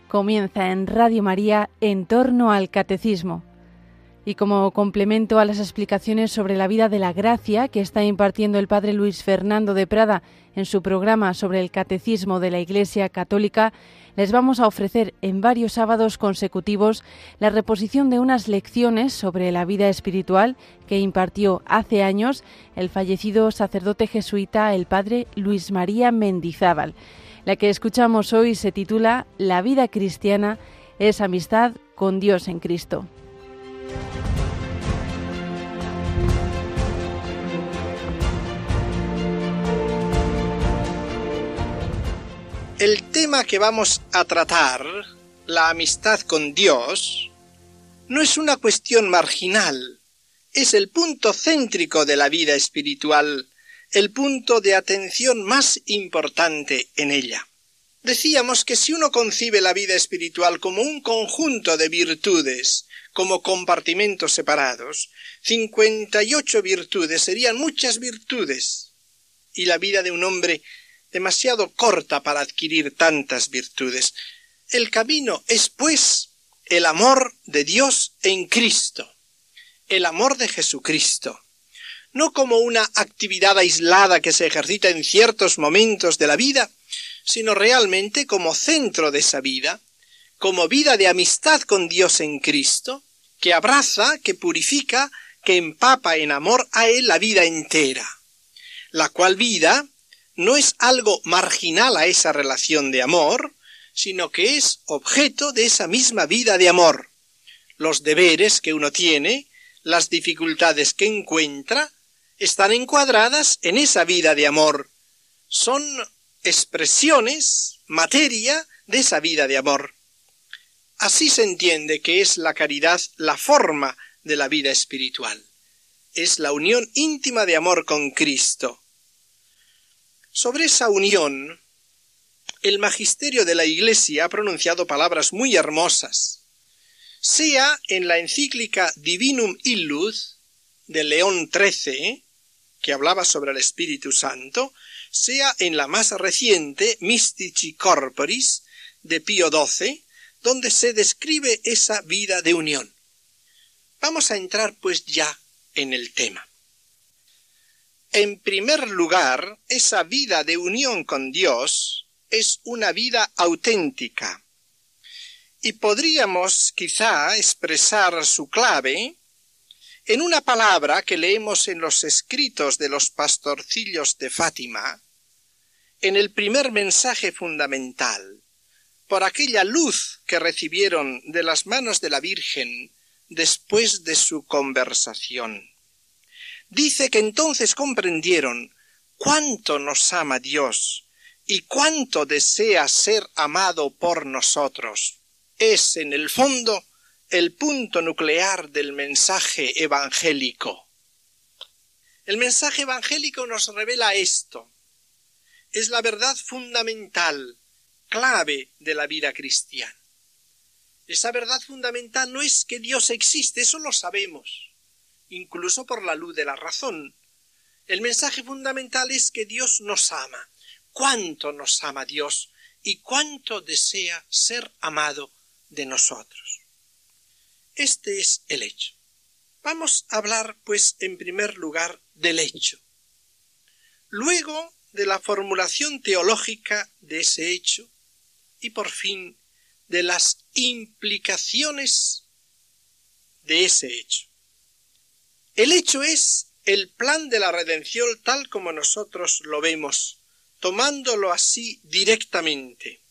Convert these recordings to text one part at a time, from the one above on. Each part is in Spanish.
Comienza en Radio María En torno al Catecismo. Y como complemento a las explicaciones sobre la vida de la gracia que está impartiendo el Padre Luis Fernando de Prada en su programa sobre el Catecismo de la Iglesia Católica, les vamos a ofrecer en varios sábados consecutivos la reposición de unas lecciones sobre la vida espiritual que impartió hace años el fallecido sacerdote jesuita, el Padre Luis María Mendizábal. La que escuchamos hoy se titula La vida cristiana es amistad con Dios en Cristo. El tema que vamos a tratar, la amistad con Dios, no es una cuestión marginal, es el punto céntrico de la vida espiritual, el punto de atención más importante en ella. Decíamos que si uno concibe la vida espiritual como un conjunto de virtudes, como compartimentos separados, 58 virtudes serían muchas virtudes, y la vida de un hombre demasiado corta para adquirir tantas virtudes. El camino es, pues, el amor de Dios en Cristo, el amor de Jesucristo, no como una actividad aislada que se ejercita en ciertos momentos de la vida, sino realmente como centro de esa vida, como vida de amistad con Dios en Cristo, que abraza, que purifica, que empapa en amor a Él la vida entera, la cual vida no es algo marginal a esa relación de amor, sino que es objeto de esa misma vida de amor. Los deberes que uno tiene, las dificultades que encuentra, están encuadradas en esa vida de amor. Son expresiones, materia de esa vida de amor. Así se entiende que es la caridad la forma de la vida espiritual. Es la unión íntima de amor con Cristo. Sobre esa unión, el magisterio de la Iglesia ha pronunciado palabras muy hermosas, sea en la encíclica Divinum Illud de León XIII, que hablaba sobre el Espíritu Santo, sea en la más reciente Mystici Corporis de Pío XII, donde se describe esa vida de unión. Vamos a entrar pues ya en el tema. En primer lugar, esa vida de unión con Dios es una vida auténtica. Y podríamos quizá expresar su clave en una palabra que leemos en los escritos de los pastorcillos de Fátima, en el primer mensaje fundamental, por aquella luz que recibieron de las manos de la Virgen después de su conversación. Dice que entonces comprendieron cuánto nos ama Dios y cuánto desea ser amado por nosotros. Es, en el fondo, el punto nuclear del mensaje evangélico. El mensaje evangélico nos revela esto. Es la verdad fundamental, clave de la vida cristiana. Esa verdad fundamental no es que Dios existe, eso lo sabemos, incluso por la luz de la razón. El mensaje fundamental es que Dios nos ama. ¿Cuánto nos ama Dios y cuánto desea ser amado de nosotros? Este es el hecho. Vamos a hablar, pues, en primer lugar, del hecho. Luego, de la formulación teológica de ese hecho y, por fin, de las implicaciones de ese hecho. El hecho es el plan de la redención tal como nosotros lo vemos, tomándolo así directamente.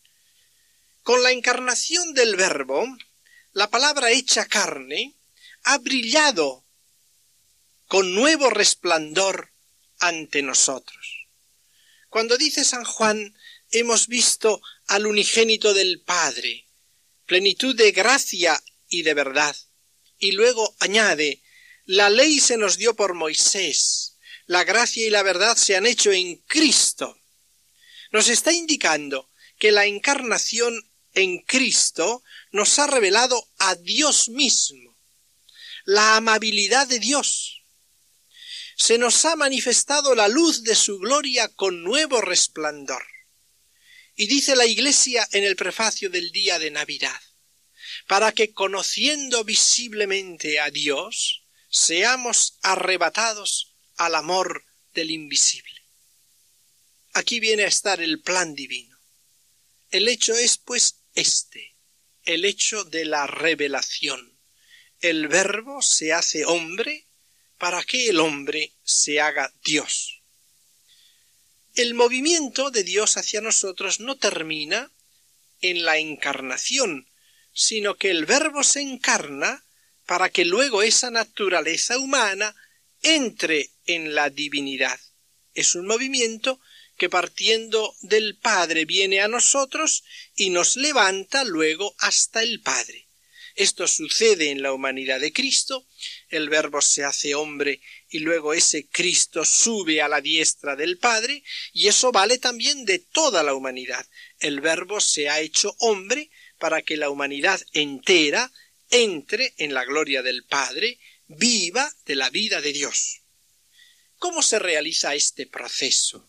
Con la encarnación del Verbo, la palabra hecha carne ha brillado con nuevo resplandor ante nosotros. Cuando dice San Juan, hemos visto al unigénito del Padre, plenitud de gracia y de verdad, y luego añade, la ley se nos dio por Moisés, la gracia y la verdad se han hecho en Cristo. Nos está indicando que la encarnación en Cristo nos ha revelado a Dios mismo, la amabilidad de Dios. Se nos ha manifestado la luz de su gloria con nuevo resplandor. Y dice la Iglesia en el prefacio del día de Navidad, para que conociendo visiblemente a Dios, seamos arrebatados al amor del invisible. Aquí viene a estar el plan divino. El hecho es, pues, el hecho de la revelación. El Verbo se hace hombre para que el hombre se haga Dios. El movimiento de Dios hacia nosotros no termina en la encarnación, sino que el Verbo se encarna para que luego esa naturaleza humana entre en la divinidad. Es un movimiento que partiendo del Padre viene a nosotros y nos levanta luego hasta el Padre. Esto sucede en la humanidad de Cristo, el Verbo se hace hombre y luego ese Cristo sube a la diestra del Padre, y eso vale también de toda la humanidad. El Verbo se ha hecho hombre para que la humanidad entera entre en la gloria del Padre, viva de la vida de Dios. ¿Cómo se realiza este proceso?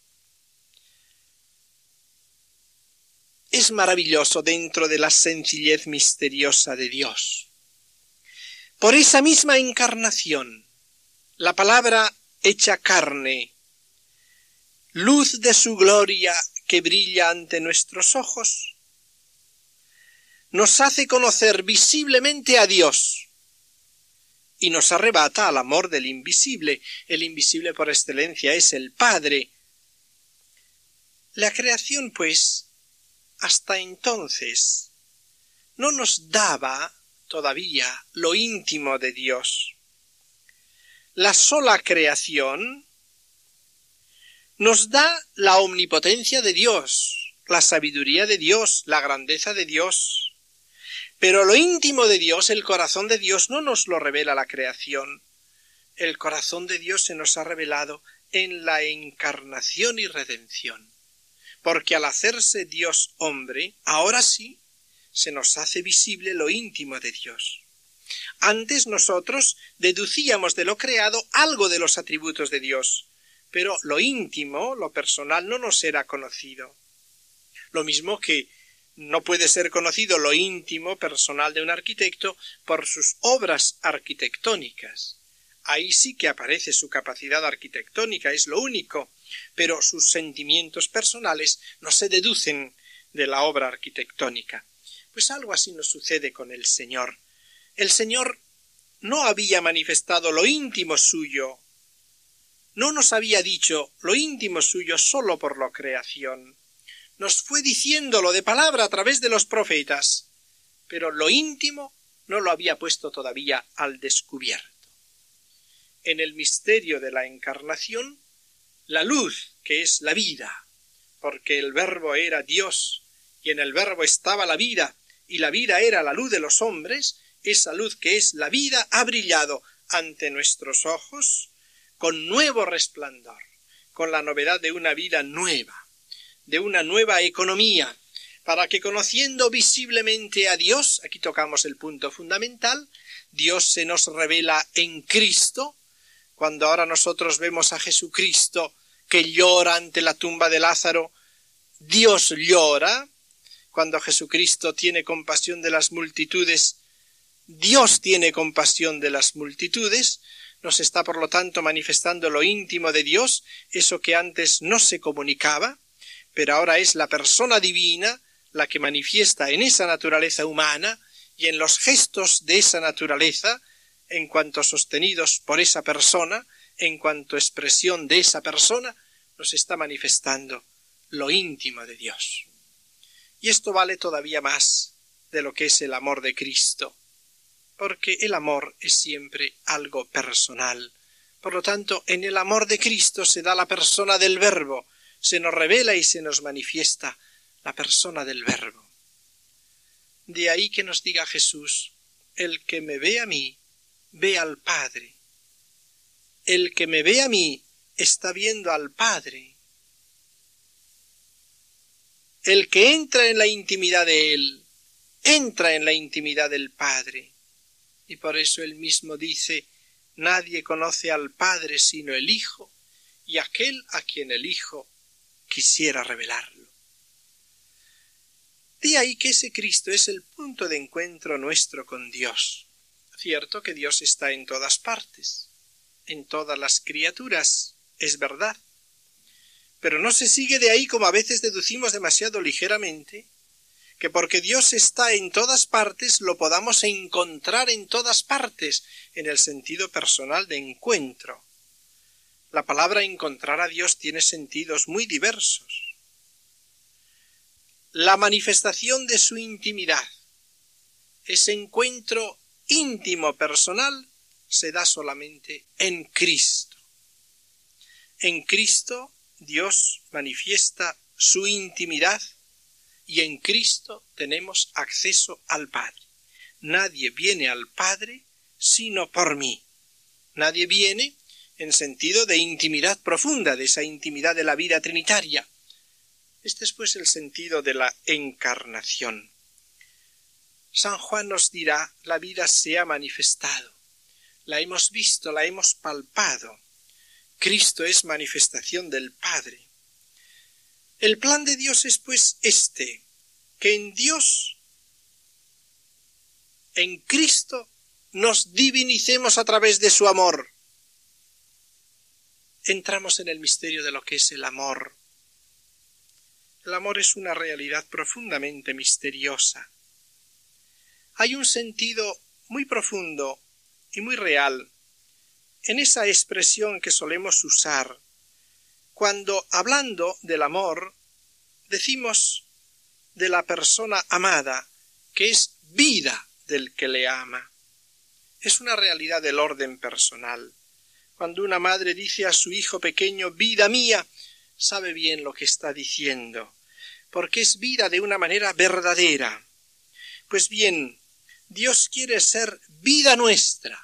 Es maravilloso dentro de la sencillez misteriosa de Dios. Por esa misma encarnación, la palabra hecha carne, luz de su gloria que brilla ante nuestros ojos, nos hace conocer visiblemente a Dios y nos arrebata al amor del invisible. El invisible por excelencia es el Padre. La creación, pues, hasta entonces no nos daba todavía lo íntimo de Dios. La sola creación nos da la omnipotencia de Dios, la sabiduría de Dios, la grandeza de Dios. Pero lo íntimo de Dios, el corazón de Dios, no nos lo revela la creación. El corazón de Dios se nos ha revelado en la encarnación y redención. Porque al hacerse Dios hombre, ahora sí, se nos hace visible lo íntimo de Dios. Antes nosotros deducíamos de lo creado algo de los atributos de Dios, pero lo íntimo, lo personal, no nos era conocido. Lo mismo que no puede ser conocido lo íntimo personal de un arquitecto por sus obras arquitectónicas. Ahí sí que aparece su capacidad arquitectónica, es lo único, pero sus sentimientos personales no se deducen de la obra arquitectónica. Pues algo así nos sucede con el Señor. El Señor no había manifestado lo íntimo suyo, no nos había dicho lo íntimo suyo solo por la creación. Nos fue diciéndolo de palabra a través de los profetas, pero lo íntimo no lo había puesto todavía al descubierto. En el misterio de la encarnación, la luz, que es la vida, porque el Verbo era Dios, y en el Verbo estaba la vida, y la vida era la luz de los hombres, esa luz que es la vida ha brillado ante nuestros ojos con nuevo resplandor, con la novedad de una vida nueva, de una nueva economía, para que conociendo visiblemente a Dios, aquí tocamos el punto fundamental, Dios se nos revela en Cristo. Cuando ahora nosotros vemos a Jesucristo que llora ante la tumba de Lázaro, Dios llora. Cuando Jesucristo tiene compasión de las multitudes, Dios tiene compasión de las multitudes. Nos está, por lo tanto, manifestando lo íntimo de Dios, eso que antes no se comunicaba, pero ahora es la persona divina la que manifiesta en esa naturaleza humana y en los gestos de esa naturaleza, en cuanto sostenidos por esa persona, en cuanto expresión de esa persona, nos está manifestando lo íntimo de Dios. Y esto vale todavía más de lo que es el amor de Cristo, porque el amor es siempre algo personal. Por lo tanto, en el amor de Cristo se da la persona del Verbo, se nos revela y se nos manifiesta la persona del Verbo. De ahí que nos diga Jesús, el que me ve a mí, ve al Padre. El que me ve a mí está viendo al Padre. El que entra en la intimidad de Él, entra en la intimidad del Padre. Y por eso Él mismo dice, nadie conoce al Padre sino el Hijo, y aquel a quien el Hijo quisiera revelarlo. De ahí que ese Cristo es el punto de encuentro nuestro con Dios. Cierto que Dios está en todas partes, en todas las criaturas, es verdad. Pero no se sigue de ahí, como a veces deducimos demasiado ligeramente, que porque Dios está en todas partes lo podamos encontrar en todas partes, en el sentido personal de encuentro. La palabra encontrar a Dios tiene sentidos muy diversos. La manifestación de su intimidad, ese encuentro íntimo personal, se da solamente en Cristo. En Cristo Dios manifiesta su intimidad y en Cristo tenemos acceso al Padre. Nadie viene al Padre sino por mí. Nadie viene en sentido de intimidad profunda, de esa intimidad de la vida trinitaria. Este es pues el sentido de la encarnación. San Juan nos dirá, la vida se ha manifestado, la hemos visto, la hemos palpado. Cristo es manifestación del Padre. El plan de Dios es pues este, que en Dios, en Cristo, nos divinicemos a través de su amor. Entramos en el misterio de lo que es el amor. El amor es una realidad profundamente misteriosa. Hay un sentido muy profundo y muy real en esa expresión que solemos usar cuando, hablando del amor, decimos de la persona amada que es vida del que le ama. Es una realidad del orden personal. Cuando una madre dice a su hijo pequeño, vida mía, sabe bien lo que está diciendo, porque es vida de una manera verdadera. Pues bien, Dios quiere ser vida nuestra.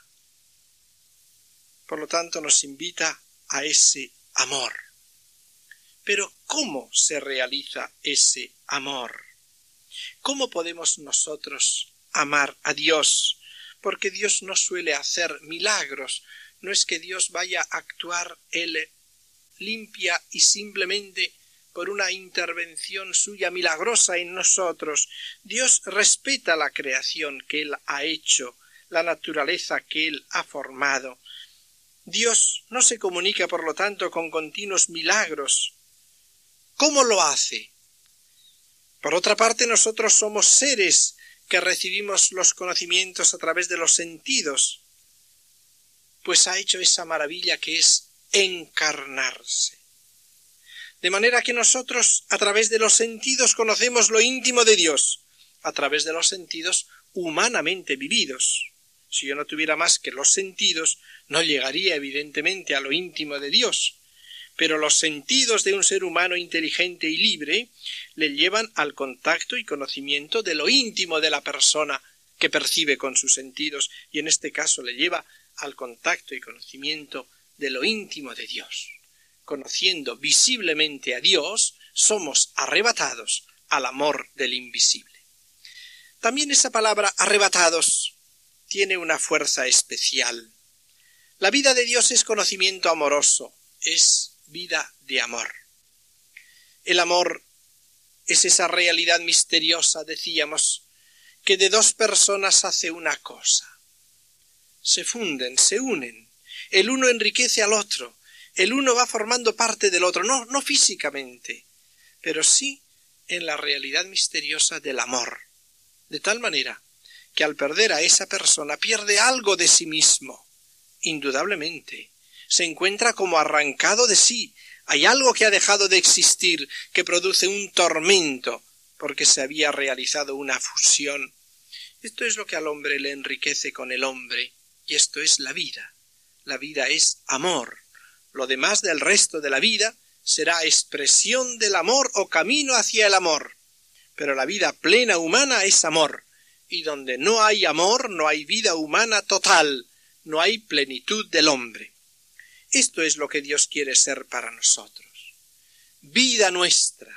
Por lo tanto, nos invita a ese amor. Pero, ¿cómo se realiza ese amor? ¿Cómo podemos nosotros amar a Dios? Porque Dios no suele hacer milagros. No es que Dios vaya a actuar Él limpia y simplemente por una intervención suya milagrosa en nosotros. Dios respeta la creación que Él ha hecho, la naturaleza que Él ha formado. Dios no se comunica, por lo tanto, con continuos milagros. ¿Cómo lo hace? Por otra parte, nosotros somos seres que recibimos los conocimientos a través de los sentidos, pues ha hecho esa maravilla que es encarnarse. De manera que nosotros, a través de los sentidos, conocemos lo íntimo de Dios, a través de los sentidos humanamente vividos. Si yo no tuviera más que los sentidos, no llegaría evidentemente a lo íntimo de Dios. Pero los sentidos de un ser humano inteligente y libre le llevan al contacto y conocimiento de lo íntimo de la persona que percibe con sus sentidos, y en este caso le lleva al contacto y conocimiento de lo íntimo de Dios. Conociendo visiblemente a Dios, somos arrebatados al amor del invisible. También esa palabra arrebatados tiene una fuerza especial. La vida de Dios es conocimiento amoroso, es vida de amor. El amor es esa realidad misteriosa, decíamos, que de dos personas hace una cosa. Se funden, se unen. El uno enriquece al otro. El uno va formando parte del otro, no físicamente, pero sí en la realidad misteriosa del amor. De tal manera que al perder a esa persona pierde algo de sí mismo. Indudablemente, se encuentra como arrancado de sí. Hay algo que ha dejado de existir, que produce un tormento, porque se había realizado una fusión. Esto es lo que al hombre le enriquece con el hombre, y esto es la vida. La vida es amor. Lo demás del resto de la vida será expresión del amor o camino hacia el amor. Pero la vida plena humana es amor, y donde no hay amor no hay vida humana total, no hay plenitud del hombre. Esto es lo que Dios quiere ser para nosotros. Vida nuestra.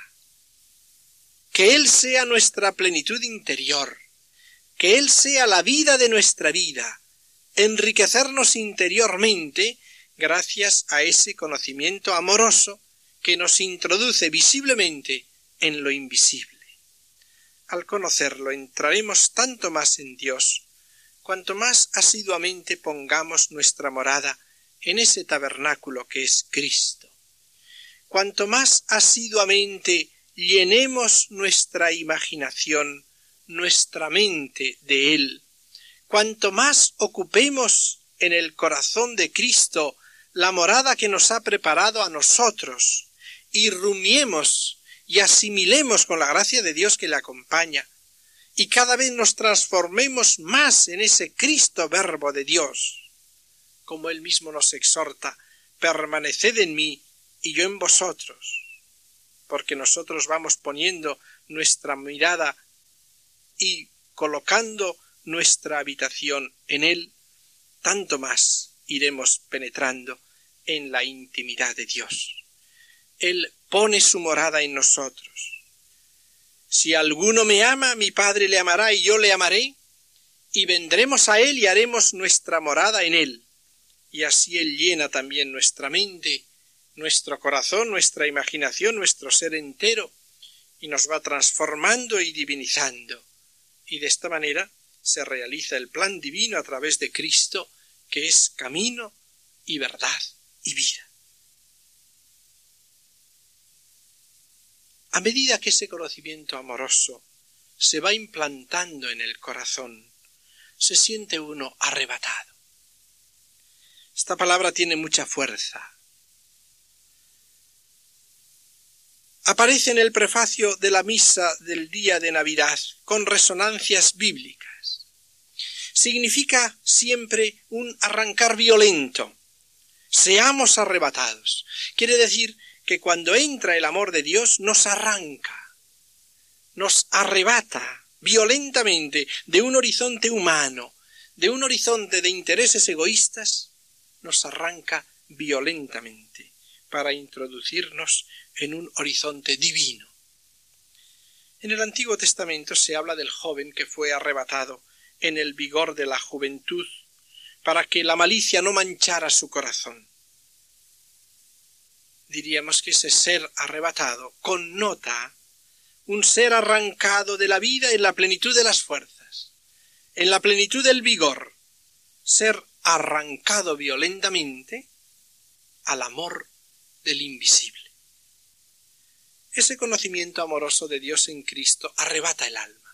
Que Él sea nuestra plenitud interior, que Él sea la vida de nuestra vida, enriquecernos interiormente gracias a ese conocimiento amoroso que nos introduce visiblemente en lo invisible. Al conocerlo entraremos tanto más en Dios, cuanto más asiduamente pongamos nuestra morada en ese tabernáculo que es Cristo. Cuanto más asiduamente llenemos nuestra imaginación, nuestra mente de Él, cuanto más ocupemos en el corazón de Cristo la morada que nos ha preparado a nosotros, y rumiemos y asimilemos con la gracia de Dios que le acompaña, y cada vez nos transformemos más en ese Cristo Verbo de Dios, como Él mismo nos exhorta: permaneced en mí y yo en vosotros, porque nosotros vamos poniendo nuestra mirada y colocando nuestra habitación en Él, tanto más iremos penetrando en la intimidad de Dios. Él pone su morada en nosotros. Si alguno me ama, mi Padre le amará y yo le amaré, y vendremos a Él y haremos nuestra morada en Él. Y así Él llena también nuestra mente, nuestro corazón, nuestra imaginación, nuestro ser entero, y nos va transformando y divinizando. Y de esta manera se realiza el plan divino a través de Cristo, que es camino y verdad y vida. A medida que ese conocimiento amoroso se va implantando en el corazón, se siente uno arrebatado. Esta palabra tiene mucha fuerza. Aparece en el prefacio de la misa del día de Navidad con resonancias bíblicas. Significa siempre un arrancar violento. Seamos arrebatados. Quiere decir que cuando entra el amor de Dios nos arranca, nos arrebata violentamente de un horizonte humano, de un horizonte de intereses egoístas, nos arranca violentamente para introducirnos en un horizonte divino. En el Antiguo Testamento se habla del joven que fue arrebatado en el vigor de la juventud para que la malicia no manchara su corazón. Diríamos que ese ser arrebatado connota un ser arrancado de la vida en la plenitud de las fuerzas, en la plenitud del vigor, ser arrancado violentamente al amor del invisible. Ese conocimiento amoroso de Dios en Cristo arrebata el alma,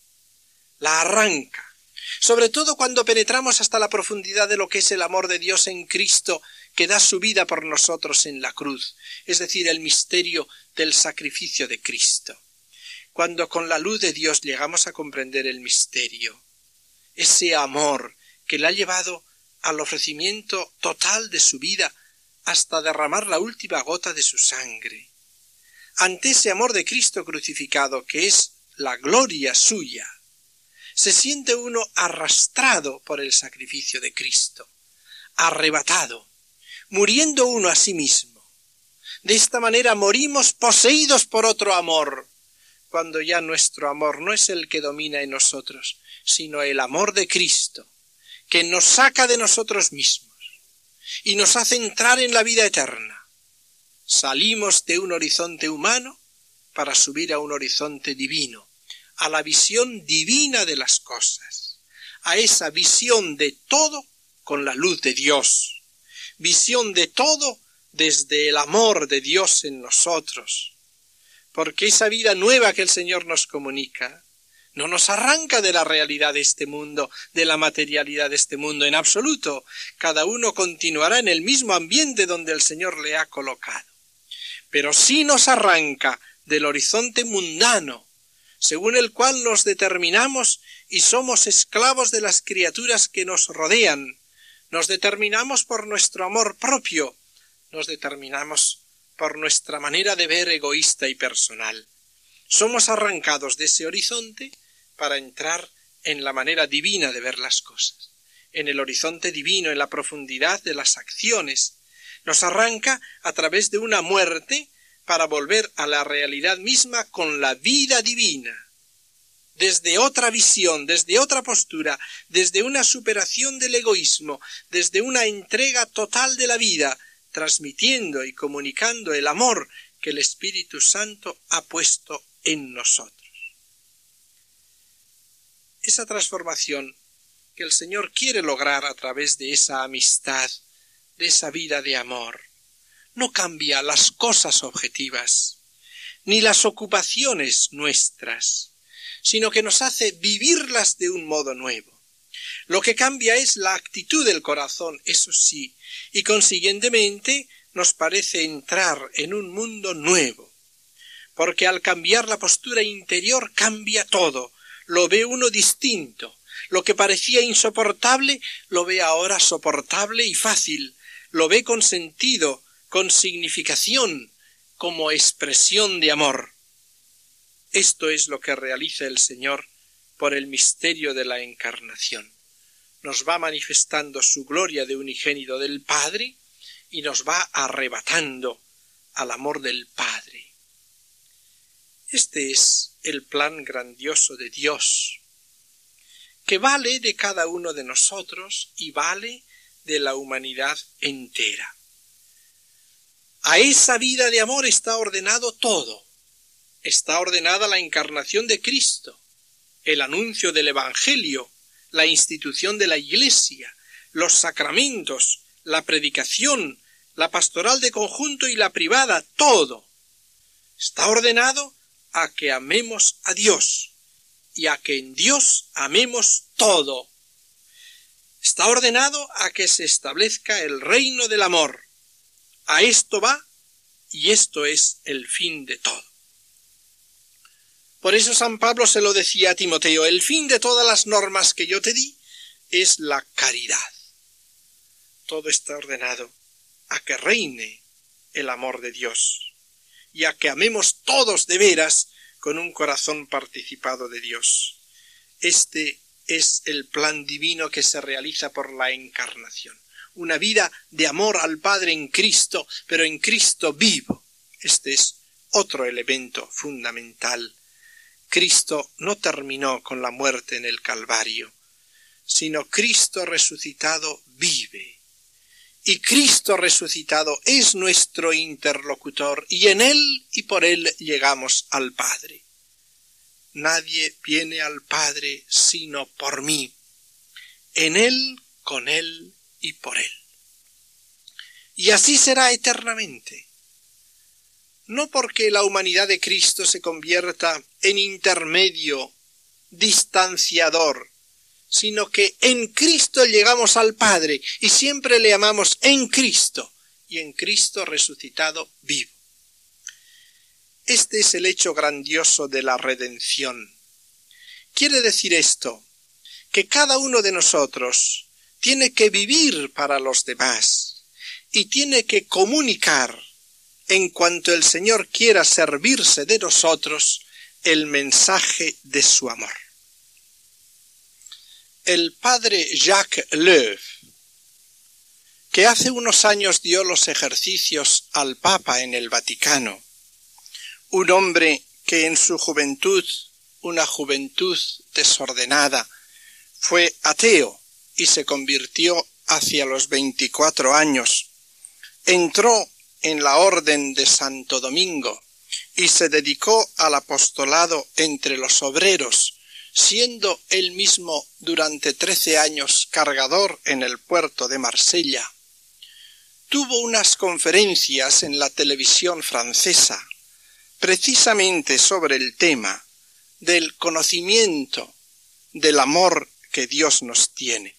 la arranca, sobre todo cuando penetramos hasta la profundidad de lo que es el amor de Dios en Cristo, que da su vida por nosotros en la cruz, es decir, el misterio del sacrificio de Cristo. Cuando con la luz de Dios llegamos a comprender el misterio, ese amor que le ha llevado al ofrecimiento total de su vida hasta derramar la última gota de su sangre, ante ese amor de Cristo crucificado que es la gloria suya, se siente uno arrastrado por el sacrificio de Cristo, arrebatado, muriendo uno a sí mismo. De esta manera morimos poseídos por otro amor, cuando ya nuestro amor no es el que domina en nosotros, sino el amor de Cristo, que nos saca de nosotros mismos y nos hace entrar en la vida eterna. Salimos de un horizonte humano para subir a un horizonte divino, a la visión divina de las cosas, a esa visión de todo con la luz de Dios. Visión de todo desde el amor de Dios en nosotros, porque esa vida nueva que el Señor nos comunica no nos arranca de la realidad de este mundo, de la materialidad de este mundo en absoluto. Cada uno continuará en el mismo ambiente donde el Señor le ha colocado, pero sí nos arranca del horizonte mundano, según el cual nos determinamos y somos esclavos de las criaturas que nos rodean. Nos determinamos por nuestro amor propio, nos determinamos por nuestra manera de ver egoísta y personal. Somos arrancados de ese horizonte para entrar en la manera divina de ver las cosas, en el horizonte divino, en la profundidad de las acciones. Nos arranca a través de una muerte para volver a la realidad misma con la vida divina. Desde otra visión, desde otra postura, desde una superación del egoísmo, desde una entrega total de la vida, transmitiendo y comunicando el amor que el Espíritu Santo ha puesto en nosotros. esa transformación que el Señor quiere lograr a través de esa amistad, de esa vida de amor, no cambia las cosas objetivas, ni las ocupaciones nuestras, sino que nos hace vivirlas de un modo nuevo. Lo que cambia es la actitud del corazón, eso sí, y consiguientemente nos parece entrar en un mundo nuevo, porque al cambiar la postura interior cambia todo, lo ve uno distinto, lo que parecía insoportable lo ve ahora soportable y fácil, lo ve con sentido, con significación, como expresión de amor. Esto es lo que realiza el Señor por el misterio de la encarnación. Nos va manifestando su gloria de unigénito del Padre y nos va arrebatando al amor del Padre. Este es el plan grandioso de Dios, que vale de cada uno de nosotros y vale de la humanidad entera. A esa vida de amor está ordenado todo. Está ordenada la encarnación de Cristo, el anuncio del Evangelio, la institución de la Iglesia, los sacramentos, la predicación, la pastoral de conjunto y la privada, todo. Está ordenado a que amemos a Dios y a que en Dios amemos todo. Está ordenado a que se establezca el reino del amor. A esto va y esto es el fin de todo. Por eso San Pablo se lo decía a Timoteo, el fin de todas las normas que yo te di es la caridad. Todo está ordenado a que reine el amor de Dios y a que amemos todos de veras con un corazón participado de Dios. Este es el plan divino que se realiza por la encarnación. Una vida de amor al Padre en Cristo, pero en Cristo vivo. Este es otro elemento fundamental. Cristo no terminó con la muerte en el Calvario, sino Cristo resucitado vive. Y Cristo resucitado es nuestro interlocutor, y en Él y por Él llegamos al Padre. Nadie viene al Padre sino por mí. En Él, con Él y por Él. Y así será eternamente. No porque la humanidad de Cristo se convierta en intermedio, distanciador, sino que en Cristo llegamos al Padre y siempre le amamos en Cristo y en Cristo resucitado vivo. Este es el hecho grandioso de la redención. Quiere decir esto, que cada uno de nosotros tiene que vivir para los demás y tiene que comunicar, en cuanto el Señor quiera servirse de nosotros, el mensaje de su amor. El padre Jacques Löw, que hace unos años dio los ejercicios al Papa en el Vaticano, un hombre que en su juventud, una juventud desordenada, fue ateo y se convirtió hacia los 24 años, entró en la Orden de Santo Domingo y se dedicó al apostolado entre los obreros, siendo él mismo durante 13 años cargador en el puerto de Marsella. Tuvo unas conferencias en la televisión francesa, precisamente sobre el tema del conocimiento del amor que Dios nos tiene.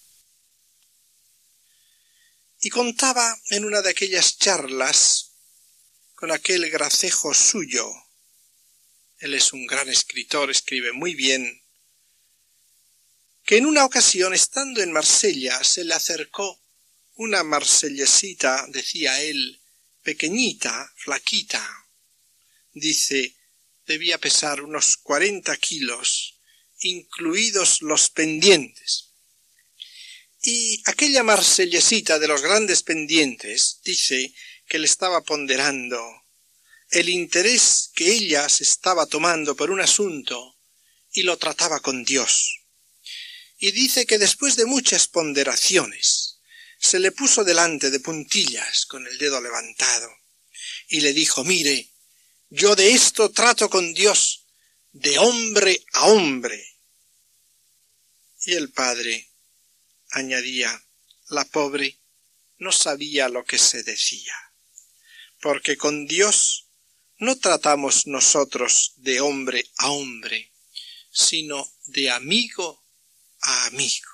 Y contaba en una de aquellas charlas con aquel gracejo suyo. Él es un gran escritor, escribe muy bien, que en una ocasión, estando en Marsella, se le acercó una marsellesita, decía él, pequeñita, flaquita. Dice, debía pesar unos 40 kilos, incluidos los pendientes. Y aquella marsellesita de los grandes pendientes dice que le estaba ponderando el interés que ella se estaba tomando por un asunto y lo trataba con Dios. Y dice que después de muchas ponderaciones se le puso delante de puntillas con el dedo levantado y le dijo, mire, yo de esto trato con Dios de hombre a hombre. Y el padre añadía: la pobre no sabía lo que se decía, porque con Dios no tratamos nosotros de hombre a hombre, sino de amigo a amigo.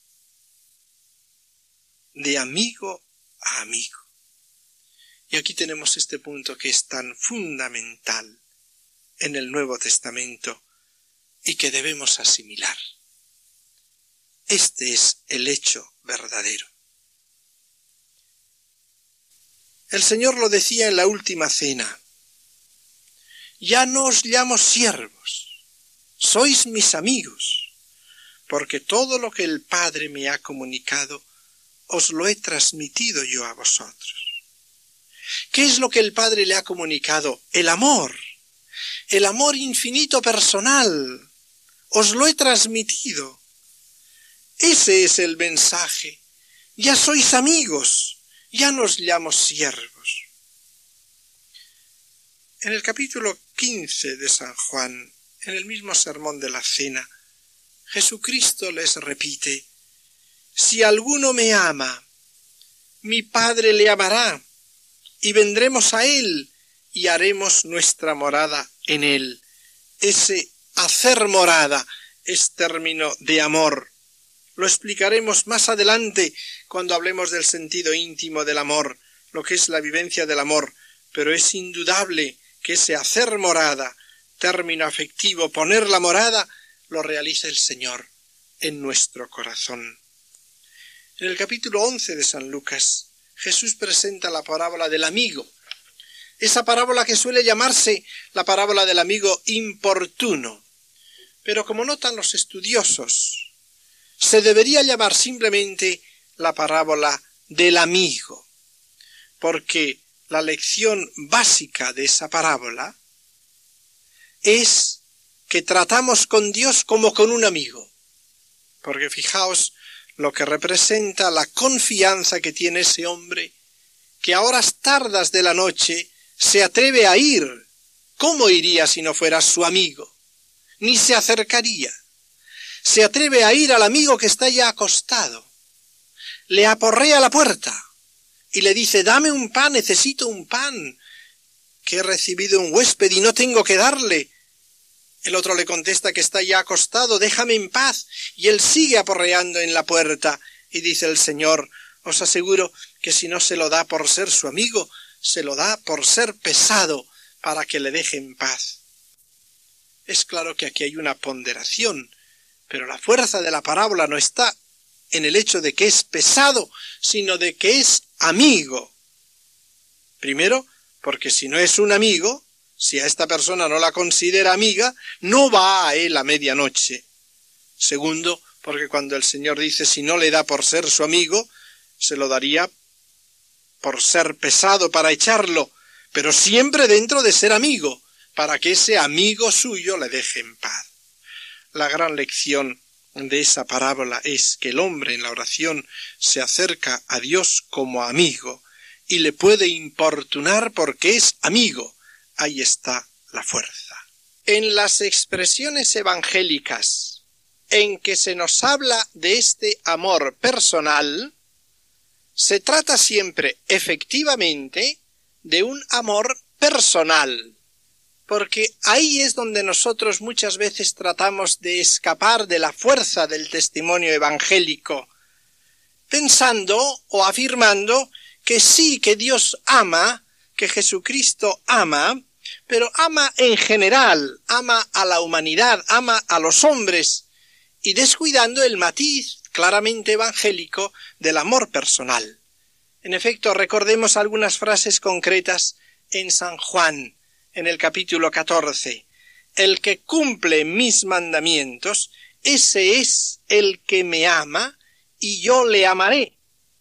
De amigo a amigo. Y aquí tenemos este punto que es tan fundamental en el Nuevo Testamento y que debemos asimilar. Este es el hecho verdadero. El Señor lo decía en la última cena: ya no os llamo siervos, sois mis amigos, porque todo lo que el Padre me ha comunicado os lo he transmitido yo a vosotros. ¿Qué es lo que el Padre le ha comunicado? El amor infinito personal. Os lo he transmitido. Ese es el mensaje. Ya sois amigos, ya no os llamo siervos. En el capítulo 15 de San Juan, en el mismo sermón de la cena, Jesucristo les repite: si alguno me ama, mi Padre le amará, y vendremos a él, y haremos nuestra morada en él. Ese hacer morada es término de amor. Lo explicaremos más adelante cuando hablemos del sentido íntimo del amor, lo que es la vivencia del amor, pero es indudable que ese hacer morada, término afectivo, poner la morada, lo realiza el Señor en nuestro corazón. En el capítulo 11 de San Lucas, Jesús presenta la parábola del amigo, esa parábola que suele llamarse la parábola del amigo importuno, pero como notan los estudiosos, se debería llamar simplemente la parábola del amigo, porque la lección básica de esa parábola es que tratamos con Dios como con un amigo, porque fijaos lo que representa la confianza que tiene ese hombre, que a horas tardas de la noche se atreve a ir. ¿Cómo iría si no fuera su amigo? Ni se acercaría. Se atreve a ir al amigo que está ya acostado. Le aporrea la puerta y le dice: dame un pan, necesito un pan, que he recibido un huésped y no tengo que darle. El otro le contesta que está ya acostado: déjame en paz. Y él sigue aporreando en la puerta. Y dice el Señor: os aseguro que si no se lo da por ser su amigo, se lo da por ser pesado, para que le deje en paz. Es claro que aquí hay una ponderación, pero la fuerza de la parábola no está en el hecho de que es pesado, sino de que es amigo. Primero, porque si no es un amigo, si a esta persona no la considera amiga, no va a él a medianoche. Segundo, porque cuando el Señor dice si no le da por ser su amigo, se lo daría por ser pesado para echarlo, pero siempre dentro de ser amigo, para que ese amigo suyo le deje en paz. La gran lección de esa parábola es que el hombre en la oración se acerca a Dios como amigo y le puede importunar porque es amigo. Ahí está la fuerza. En las expresiones evangélicas en que se nos habla de este amor personal, se trata siempre, efectivamente, de un amor personal, porque ahí es donde nosotros muchas veces tratamos de escapar de la fuerza del testimonio evangélico, pensando o afirmando que sí, que Dios ama, que Jesucristo ama, pero ama en general, ama a la humanidad, ama a los hombres, y descuidando el matiz claramente evangélico del amor personal. En efecto, recordemos algunas frases concretas en San Juan, en el capítulo 14. El que cumple mis mandamientos, ese es el que me ama, y yo le amaré.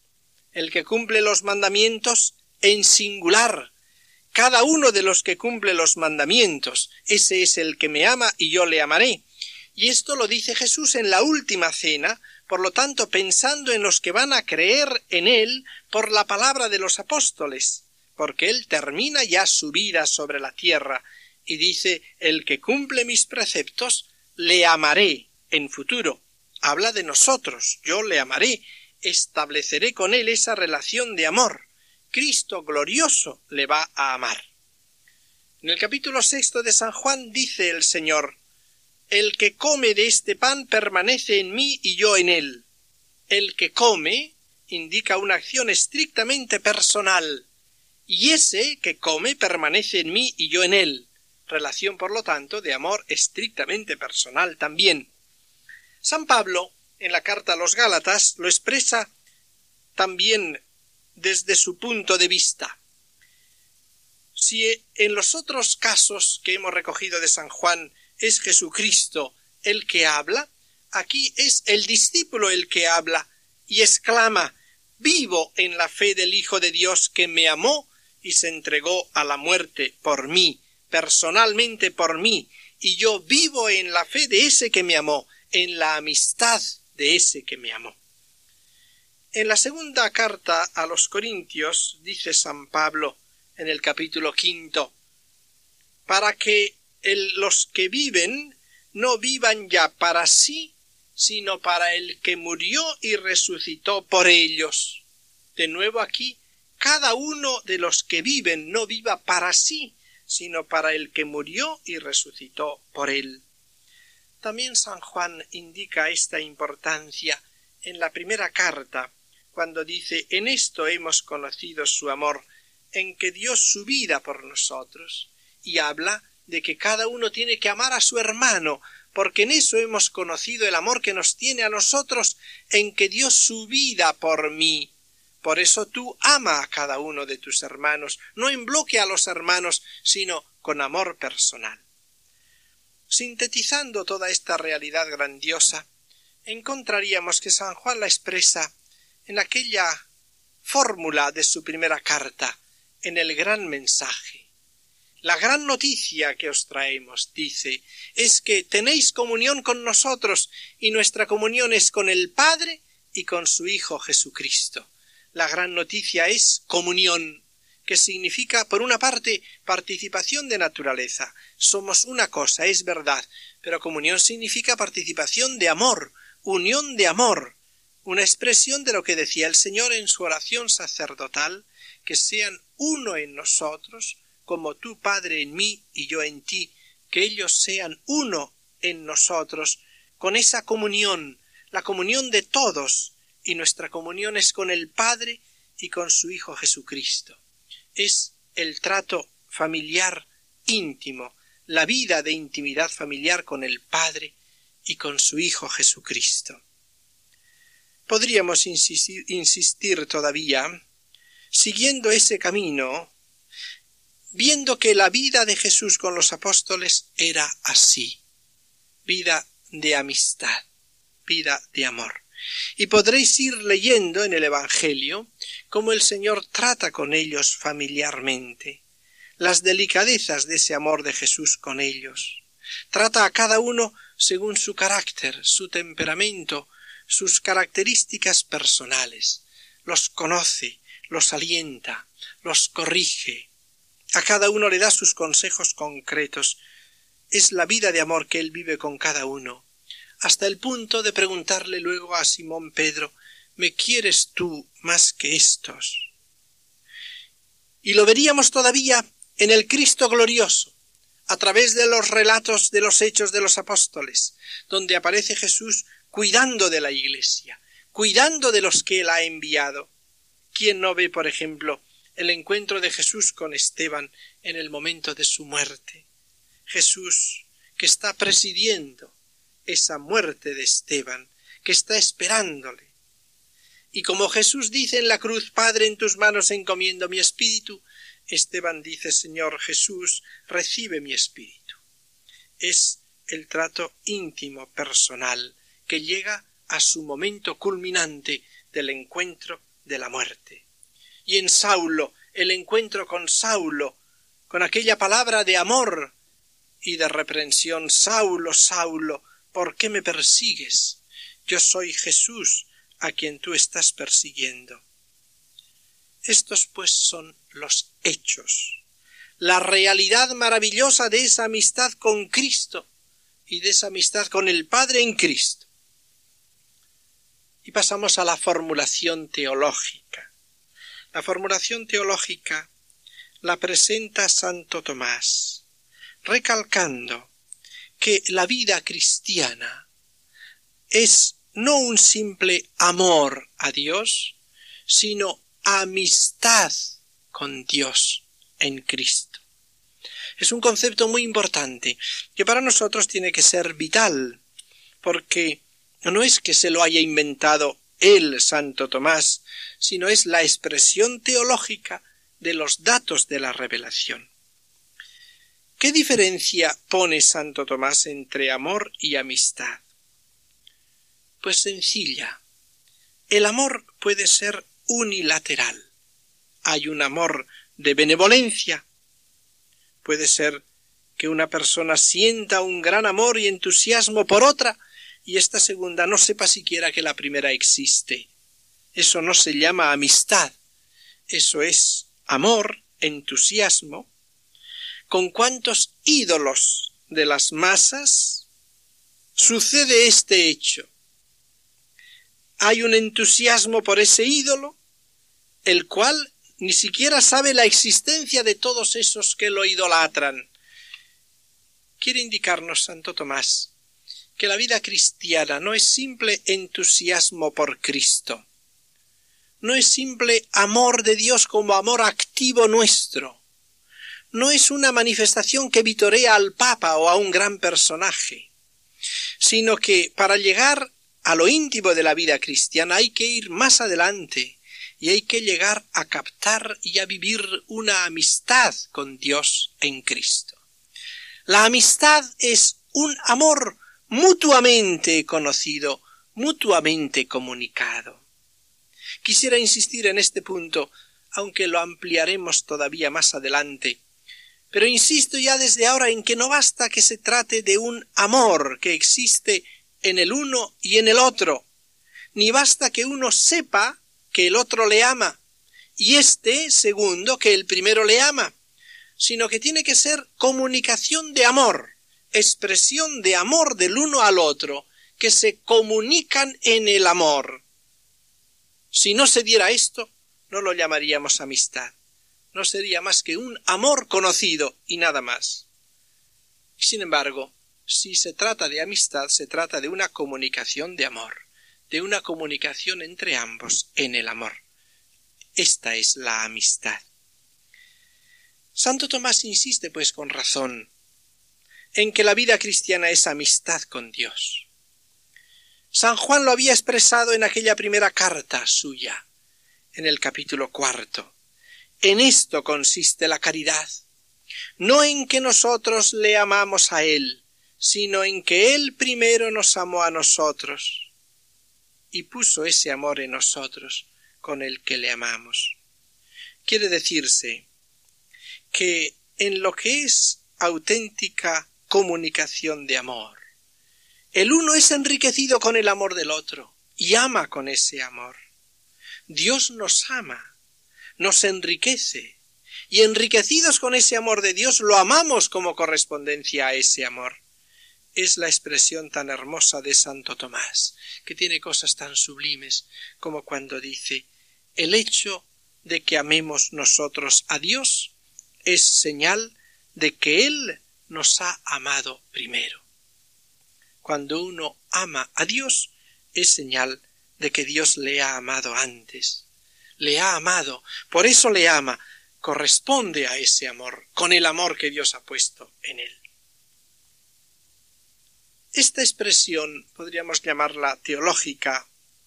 El que cumple los mandamientos en singular. Cada uno de los que cumple los mandamientos, ese es el que me ama, y yo le amaré. Y esto lo dice Jesús en la última cena, por lo tanto pensando en los que van a creer en él por la palabra de los apóstoles, porque él termina ya su vida sobre la tierra y dice: el que cumple mis preceptos le amaré en futuro. habla de nosotros. Yo le amaré, estableceré con él esa relación de amor. Cristo glorioso le va a amar. En el capítulo 6 de San Juan dice el Señor: el que come de este pan permanece en mí y yo en él. El que come indica una acción estrictamente personal, y ese que come permanece en mí y yo en él. Relación, por lo tanto, de amor estrictamente personal también. San Pablo, en la carta a los Gálatas, lo expresa también desde su punto de vista. Si en los otros casos que hemos recogido de San Juan es Jesucristo el que habla, aquí es el discípulo el que habla y exclama: vivo en la fe del Hijo de Dios que me amó y se entregó a la muerte por mí, personalmente por mí, y yo vivo en la fe de ese que me amó, en la amistad de ese que me amó. En la segunda carta a los Corintios dice San Pablo en el capítulo 5, para que los que viven no vivan ya para sí, sino para el que murió y resucitó por ellos. De nuevo aquí, cada uno de los que viven no viva para sí, sino para el que murió y resucitó por él. También San Juan indica esta importancia en la primera carta, cuando dice: en esto hemos conocido su amor, en que dio su vida por nosotros, y habla de que cada uno tiene que amar a su hermano, porque en eso hemos conocido el amor que nos tiene a nosotros, en que dio su vida por mí. Por eso tú ama a cada uno de tus hermanos, no en bloque a los hermanos, sino con amor personal. Sintetizando toda esta realidad grandiosa, encontraríamos que San Juan la expresa en aquella fórmula de su primera carta, en el gran mensaje. La gran noticia que os traemos, dice, es que tenéis comunión con nosotros, y nuestra comunión es con el Padre y con su Hijo Jesucristo. La gran noticia es comunión, que significa, por una parte, participación de naturaleza. Somos una cosa, es verdad, pero comunión significa participación de amor, unión de amor, una expresión de lo que decía el Señor en su oración sacerdotal, que sean uno en nosotros, como tú, Padre, en mí y yo en ti, que ellos sean uno en nosotros, con esa comunión, la comunión de todos, y nuestra comunión es con el Padre y con su Hijo Jesucristo. Es el trato familiar íntimo, la vida de intimidad familiar con el Padre y con su Hijo Jesucristo. Podríamos insistir todavía, siguiendo ese camino, viendo que la vida de Jesús con los apóstoles era así, vida de amistad, vida de amor. Y podréis ir leyendo en el Evangelio cómo el Señor trata con ellos familiarmente, las delicadezas de ese amor de Jesús con ellos. Trata a cada uno según su carácter, su temperamento, sus características personales. Los conoce, los alienta, los corrige. A cada uno le da sus consejos concretos. Es la vida de amor que él vive con cada uno, hasta el punto de preguntarle luego a Simón Pedro: ¿me quieres tú más que estos? Y lo veríamos todavía en el Cristo glorioso, a través de los relatos de los hechos de los apóstoles, donde aparece Jesús cuidando de la Iglesia, cuidando de los que él ha enviado. ¿Quién no ve, por ejemplo, el encuentro de Jesús con Esteban en el momento de su muerte? Jesús, que está presidiendo esa muerte de Esteban, que está esperándole. Y como Jesús dice en la cruz: Padre, en tus manos encomiendo mi espíritu, Esteban dice: Señor Jesús, recibe mi espíritu. Es el trato íntimo, personal, que llega a su momento culminante del encuentro de la muerte. Y en Saulo, el encuentro con Saulo, con aquella palabra de amor y de reprensión: Saulo, Saulo, ¿por qué me persigues? Yo soy Jesús a quien tú estás persiguiendo. Estos pues son los hechos, la realidad maravillosa de esa amistad con Cristo y de esa amistad con el Padre en Cristo. Y pasamos a la formulación teológica. La formulación teológica la presenta Santo Tomás, recalcando que la vida cristiana es no un simple amor a Dios, sino amistad con Dios en Cristo. Es un concepto muy importante que para nosotros tiene que ser vital, porque no es que se lo haya inventado él, Santo Tomás, sino es la expresión teológica de los datos de la revelación. ¿Qué diferencia pone Santo Tomás entre amor y amistad? Pues sencilla. El amor puede ser unilateral. Hay un amor de benevolencia. Puede ser que una persona sienta un gran amor y entusiasmo por otra, y esta segunda no sepa siquiera que la primera existe. Eso no se llama amistad. Eso es amor, entusiasmo. ¿Con cuántos ídolos de las masas sucede este hecho? Hay un entusiasmo por ese ídolo, el cual ni siquiera sabe la existencia de todos esos que lo idolatran. Quiere indicarnos Santo Tomás que la vida cristiana no es simple entusiasmo por Cristo, no es simple amor de Dios como amor activo nuestro, no es una manifestación que vitorea al Papa o a un gran personaje, sino que para llegar a lo íntimo de la vida cristiana hay que ir más adelante y hay que llegar a captar y a vivir una amistad con Dios en Cristo. La amistad es un amor mutuamente conocido, mutuamente comunicado. Quisiera insistir en este punto, aunque lo ampliaremos todavía más adelante, pero insisto ya desde ahora en que no basta que se trate de un amor que existe en el uno y en el otro, ni basta que uno sepa que el otro le ama, y segundo, que el primero le ama, sino que tiene que ser comunicación de amor, expresión de amor del uno al otro, que se comunican en el amor. Si no se diera esto, no lo llamaríamos amistad. No sería más que un amor conocido y nada más. Sin embargo, si se trata de amistad, se trata de una comunicación de amor, de una comunicación entre ambos en el amor. Esta es la amistad. Santo Tomás insiste, pues con razón, en que la vida cristiana es amistad con Dios. San Juan lo había expresado en aquella primera carta suya, en el capítulo 4. En esto consiste la caridad, no en que nosotros le amamos a Él, sino en que Él primero nos amó a nosotros y puso ese amor en nosotros con el que le amamos. Quiere decirse que en lo que es auténtica comunicación de amor, el uno es enriquecido con el amor del otro y ama con ese amor. Dios nos ama, nos enriquece, y enriquecidos con ese amor de Dios lo amamos como correspondencia a ese amor. Es la expresión tan hermosa de Santo Tomás, que tiene cosas tan sublimes como cuando dice: el hecho de que amemos nosotros a Dios es señal de que Él nos ha amado primero. Cuando uno ama a Dios, es señal de que Dios le ha amado antes. Le ha amado, por eso le ama, corresponde a ese amor, con el amor que Dios ha puesto en él. Esta expresión, podríamos llamarla teológica,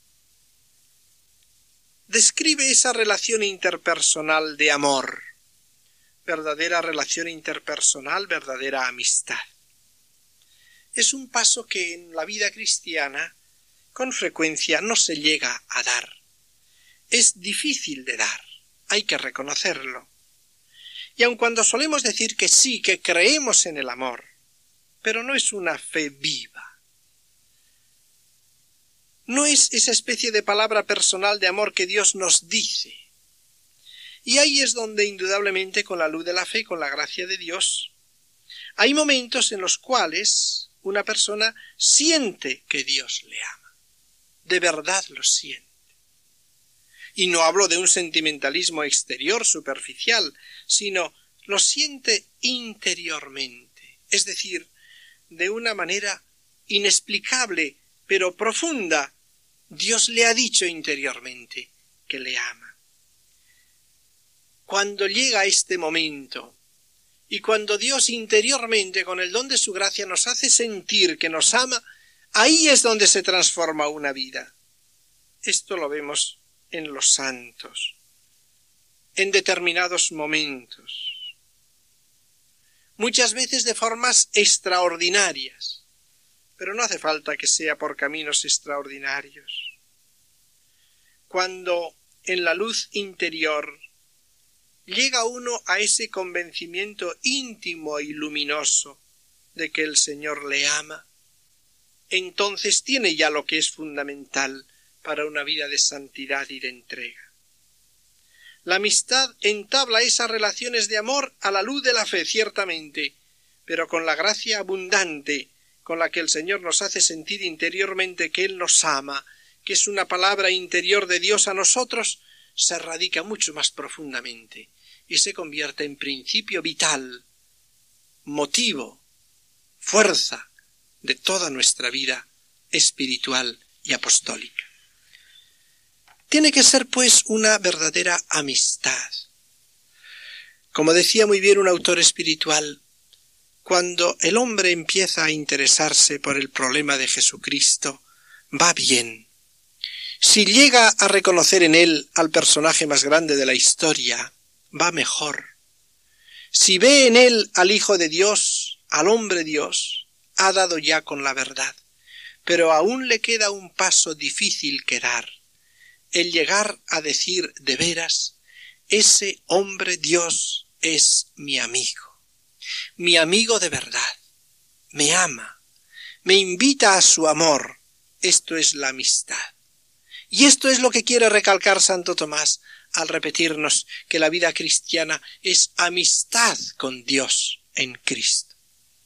describe esa relación interpersonal de amor, verdadera relación interpersonal, verdadera amistad. Es un paso que en la vida cristiana con frecuencia no se llega a dar. Es difícil de dar, hay que reconocerlo. Y aun cuando solemos decir que sí, que creemos en el amor, pero no es una fe viva. No es esa especie de palabra personal de amor que Dios nos dice. Y ahí es donde indudablemente con la luz de la fe, con la gracia de Dios, hay momentos en los cuales una persona siente que Dios le ama. de verdad lo siente. Y no hablo de un sentimentalismo exterior, superficial, sino lo siente interiormente, es decir, de una manera inexplicable, pero profunda. Dios le ha dicho interiormente que le ama. Cuando llega este momento, y cuando Dios interiormente, con el don de su gracia, nos hace sentir que nos ama, ahí es donde se transforma una vida. Esto lo vemos en los santos, en determinados momentos, muchas veces de formas extraordinarias, pero no hace falta que sea por caminos extraordinarios. Cuando en la luz interior llega uno a ese convencimiento íntimo y luminoso de que el Señor le ama, entonces tiene ya lo que es fundamental para una vida de santidad y de entrega. La amistad entabla esas relaciones de amor a la luz de la fe, ciertamente, pero con la gracia abundante con la que el Señor nos hace sentir interiormente que Él nos ama, que es una palabra interior de Dios a nosotros, se radica mucho más profundamente y se convierte en principio vital, motivo, fuerza de toda nuestra vida espiritual y apostólica. Tiene que ser, pues, una verdadera amistad. Como decía muy bien un autor espiritual, cuando el hombre empieza a interesarse por el problema de Jesucristo, va bien. Si llega a reconocer en él al personaje más grande de la historia, va mejor. Si ve en él al Hijo de Dios, al hombre Dios, ha dado ya con la verdad. Pero aún le queda un paso difícil que dar. El llegar a decir de veras, ese hombre Dios es mi amigo de verdad, me ama, me invita a su amor. Esto es la amistad. Y esto es lo que quiere recalcar Santo Tomás al repetirnos que la vida cristiana es amistad con Dios en Cristo.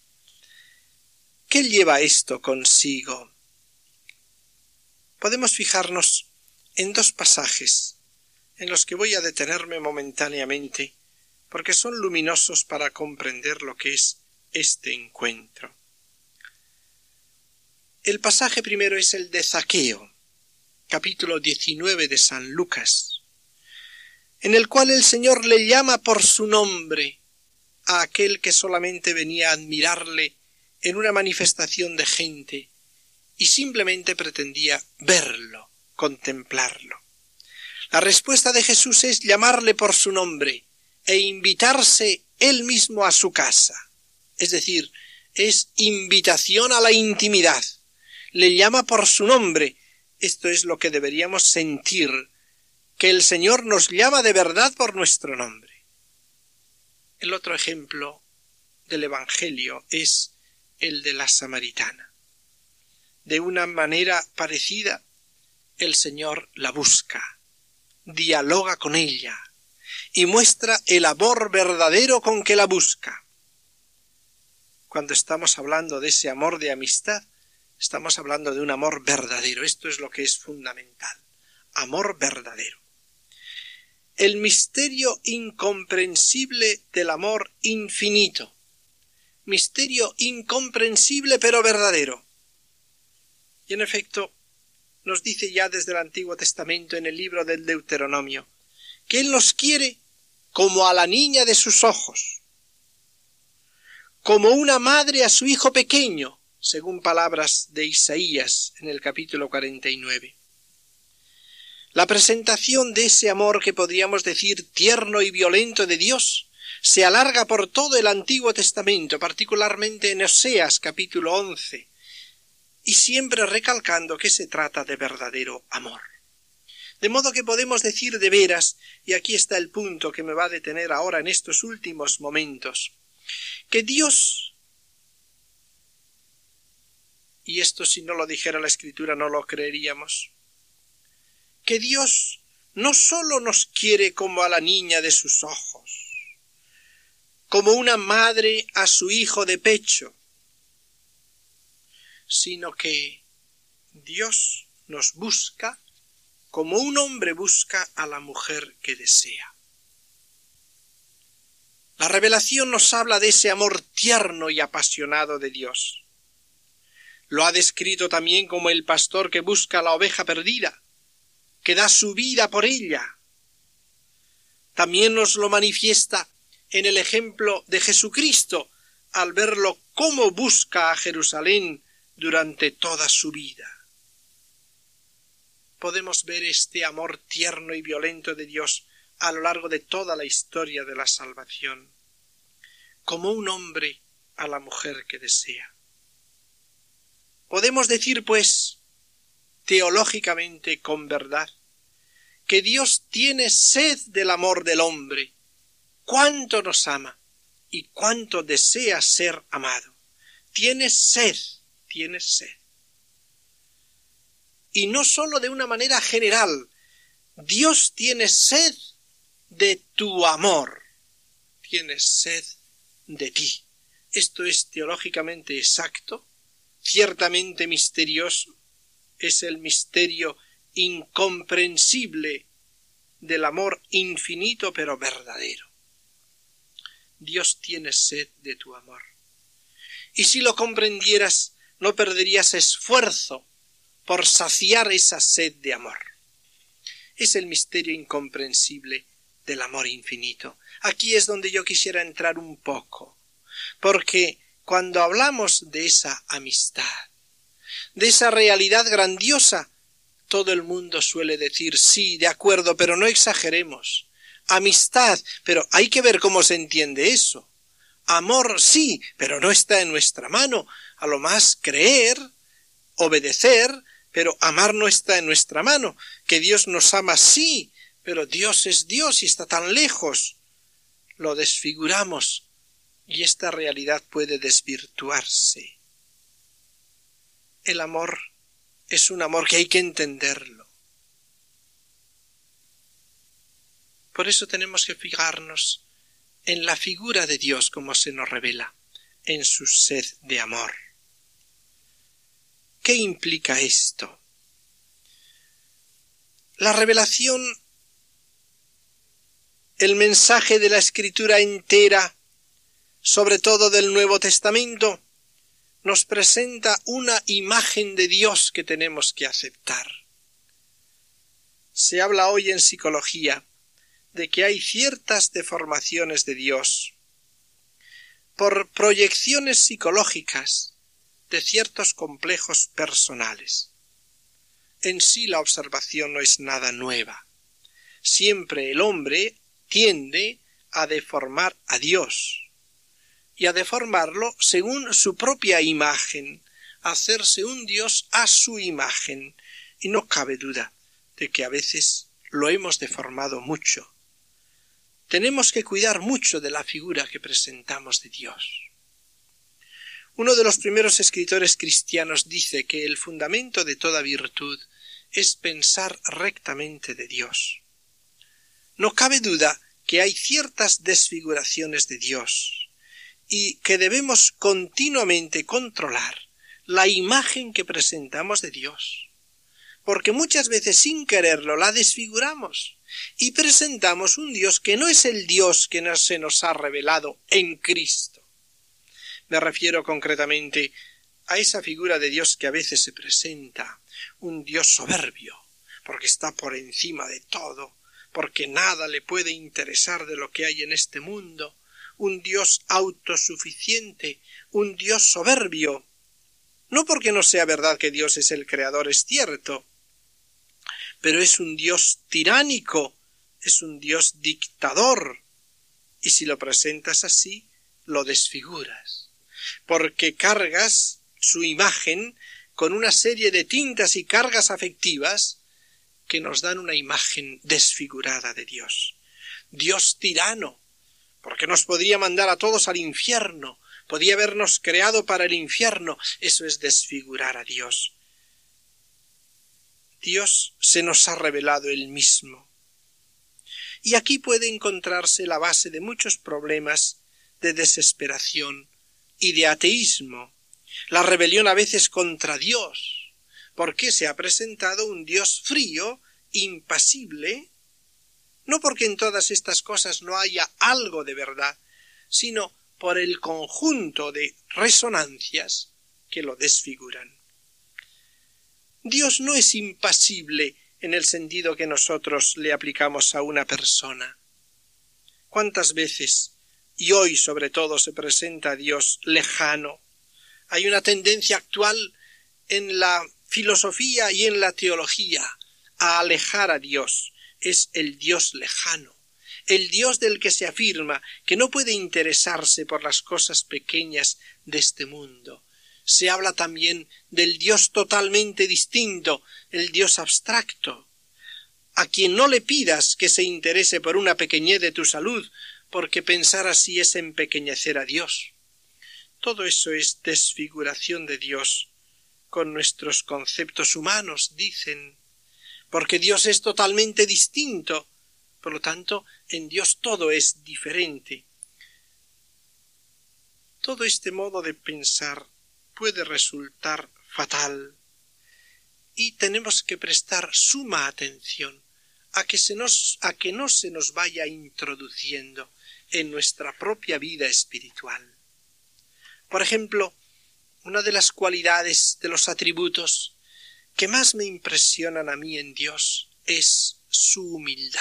¿Qué lleva esto consigo? Podemos fijarnos en dos pasajes en los que voy a detenerme momentáneamente porque son luminosos para comprender lo que es este encuentro. El pasaje primero es el de Zaqueo, capítulo 19 de San Lucas, en el cual el Señor le llama por su nombre a aquel que solamente venía a admirarle en una manifestación de gente y simplemente pretendía verlo, contemplarlo. La respuesta de Jesús es llamarle por su nombre e invitarse él mismo a su casa. Es decir, es invitación a la intimidad. Le llama por su nombre. Esto es lo que deberíamos sentir, que el Señor nos llama de verdad por nuestro nombre. El otro ejemplo del Evangelio es el de la samaritana. De una manera parecida, el Señor la busca, dialoga con ella y muestra el amor verdadero con que la busca. Cuando estamos hablando de ese amor de amistad, estamos hablando de un amor verdadero. Esto es lo que es fundamental. Amor verdadero. El misterio incomprensible del amor infinito. Misterio incomprensible pero verdadero. Y en efecto, nos dice ya desde el Antiguo Testamento en el libro del Deuteronomio, que Él nos quiere como a la niña de sus ojos, como una madre a su hijo pequeño, según palabras de Isaías en el capítulo 49. La presentación de ese amor que podríamos decir tierno y violento de Dios se alarga por todo el Antiguo Testamento, particularmente en Oseas capítulo 11, y siempre recalcando que se trata de verdadero amor. De modo que podemos decir de veras, y aquí está el punto que me va a detener ahora en estos últimos momentos, que Dios, y esto si no lo dijera la Escritura no lo creeríamos, que Dios no sólo nos quiere como a la niña de sus ojos, como una madre a su hijo de pecho, sino que Dios nos busca como un hombre busca a la mujer que desea. La revelación nos habla de ese amor tierno y apasionado de Dios. Lo ha descrito también como el pastor que busca a la oveja perdida, que da su vida por ella. También nos lo manifiesta en el ejemplo de Jesucristo, al verlo cómo busca a Jerusalén durante toda su vida. Podemos ver este amor tierno y violento de Dios a lo largo de toda la historia de la salvación, como un hombre a la mujer que desea. Podemos decir, pues, teológicamente con verdad, que Dios tiene sed del amor del hombre, cuánto nos ama y cuánto desea ser amado. Tiene sed. Y no sólo de una manera general, Dios tiene sed de tu amor, tiene sed de ti. Esto es teológicamente exacto, ciertamente misterioso, es el misterio incomprensible del amor infinito pero verdadero. Dios tiene sed de tu amor. Y si lo comprendieras, no perderías esfuerzo por saciar esa sed de amor. Es el misterio incomprensible del amor infinito. Aquí es donde yo quisiera entrar un poco, porque cuando hablamos de esa amistad, de esa realidad grandiosa, todo el mundo suele decir, sí, de acuerdo, pero no exageremos. Amistad, pero hay que ver cómo se entiende eso. Amor, sí, pero no está en nuestra mano. A lo más creer, obedecer, pero amar no está en nuestra mano. Que Dios nos ama, sí, pero Dios es Dios y está tan lejos. Lo desfiguramos y esta realidad puede desvirtuarse. El amor es un amor que hay que entenderlo. Por eso tenemos que fijarnos en la figura de Dios como se nos revela, en su sed de amor. ¿Qué implica esto? La revelación, el mensaje de la Escritura entera, sobre todo del Nuevo Testamento, nos presenta una imagen de Dios que tenemos que aceptar. Se habla hoy en psicología de que hay ciertas deformaciones de Dios por proyecciones psicológicas de ciertos complejos personales. En sí la observación no es nada nueva. Siempre el hombre tiende a deformar a Dios y a deformarlo según su propia imagen, a hacerse un Dios a su imagen, y no cabe duda de que a veces lo hemos deformado mucho. Tenemos que cuidar mucho de la figura que presentamos de Dios. Uno de los primeros escritores cristianos dice que el fundamento de toda virtud es pensar rectamente de Dios. No cabe duda que hay ciertas desfiguraciones de Dios y que debemos continuamente controlar la imagen que presentamos de Dios, porque muchas veces sin quererlo la desfiguramos y presentamos un Dios que no es el Dios que se nos ha revelado en Cristo. Me refiero concretamente a esa figura de Dios que a veces se presenta, un Dios soberbio, porque está por encima de todo, porque nada le puede interesar de lo que hay en este mundo, un Dios autosuficiente, un Dios soberbio. No porque no sea verdad que Dios es el creador, es cierto, pero es un Dios tiránico, es un Dios dictador, y si lo presentas así, lo desfiguras, porque cargas su imagen con una serie de tintas y cargas afectivas que nos dan una imagen desfigurada de Dios. Dios tirano, porque nos podría mandar a todos al infierno, podía habernos creado para el infierno. Eso es desfigurar a Dios. Dios se nos ha revelado Él mismo. Y aquí puede encontrarse la base de muchos problemas de desesperación y de ateísmo. La rebelión a veces contra Dios, ¿Por qué se ha presentado un Dios frío, impasible? No porque en todas estas cosas no haya algo de verdad, sino por el conjunto de resonancias que lo desfiguran. Dios no es impasible en el sentido que nosotros le aplicamos a una persona. ¿Cuántas veces, y hoy sobre todo, se presenta a Dios lejano? Hay una tendencia actual en la filosofía y en la teología a alejar a Dios. Es el Dios lejano, el Dios del que se afirma que no puede interesarse por las cosas pequeñas de este mundo. Se habla también del Dios totalmente distinto, el Dios abstracto, a quien no le pidas que se interese por una pequeñez de tu salud, porque pensar así es empequeñecer a Dios. Todo eso es desfiguración de Dios con nuestros conceptos humanos, dicen, porque Dios es totalmente distinto. Por lo tanto, en Dios todo es diferente. Todo este modo de pensar puede resultar fatal y tenemos que prestar suma atención a que no se nos vaya introduciendo en nuestra propia vida espiritual. Por ejemplo, una de las cualidades de los atributos que más me impresionan a mí en Dios es su humildad.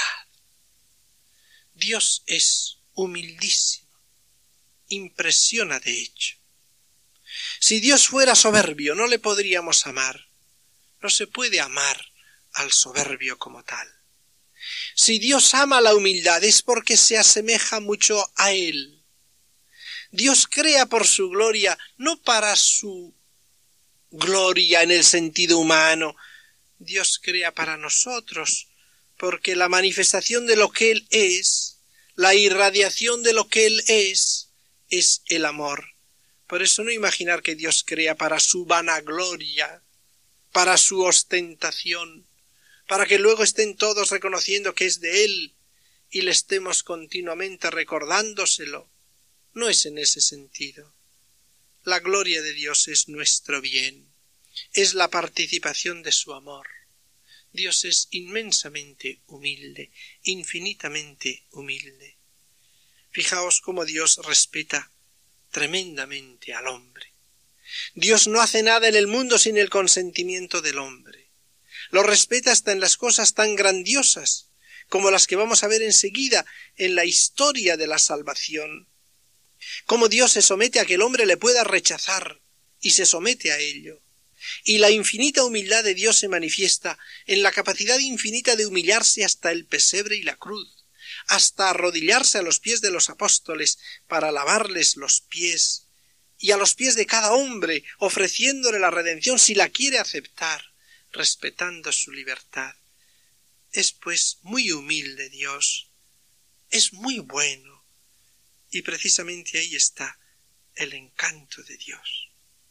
Dios es humildísimo, impresiona de hecho. Si Dios fuera soberbio, no le podríamos amar. No se puede amar al soberbio como tal. Si Dios ama la humildad es porque se asemeja mucho a Él. Dios crea por su gloria, no para su gloria en el sentido humano. Dios crea para nosotros, porque la manifestación de lo que Él es, la irradiación de lo que Él es el amor. Por eso no imaginar que Dios crea para su vanagloria, para su ostentación, para que luego estén todos reconociendo que es de Él y le estemos continuamente recordándoselo. No es en ese sentido. La gloria de Dios es nuestro bien, es la participación de su amor. Dios es inmensamente humilde, infinitamente humilde. Fijaos cómo Dios respeta tremendamente al hombre. Dios no hace nada en el mundo sin el consentimiento del hombre. Lo respeta hasta en las cosas tan grandiosas como las que vamos a ver enseguida en la historia de la salvación. Cómo Dios se somete a que el hombre le pueda rechazar y se somete a ello. Y la infinita humildad de Dios se manifiesta en la capacidad infinita de humillarse hasta el pesebre y la cruz, hasta arrodillarse a los pies de los apóstoles para lavarles los pies, y a los pies de cada hombre, ofreciéndole la redención si la quiere aceptar, respetando su libertad. Es pues muy humilde Dios, es muy bueno, y precisamente ahí está el encanto de Dios.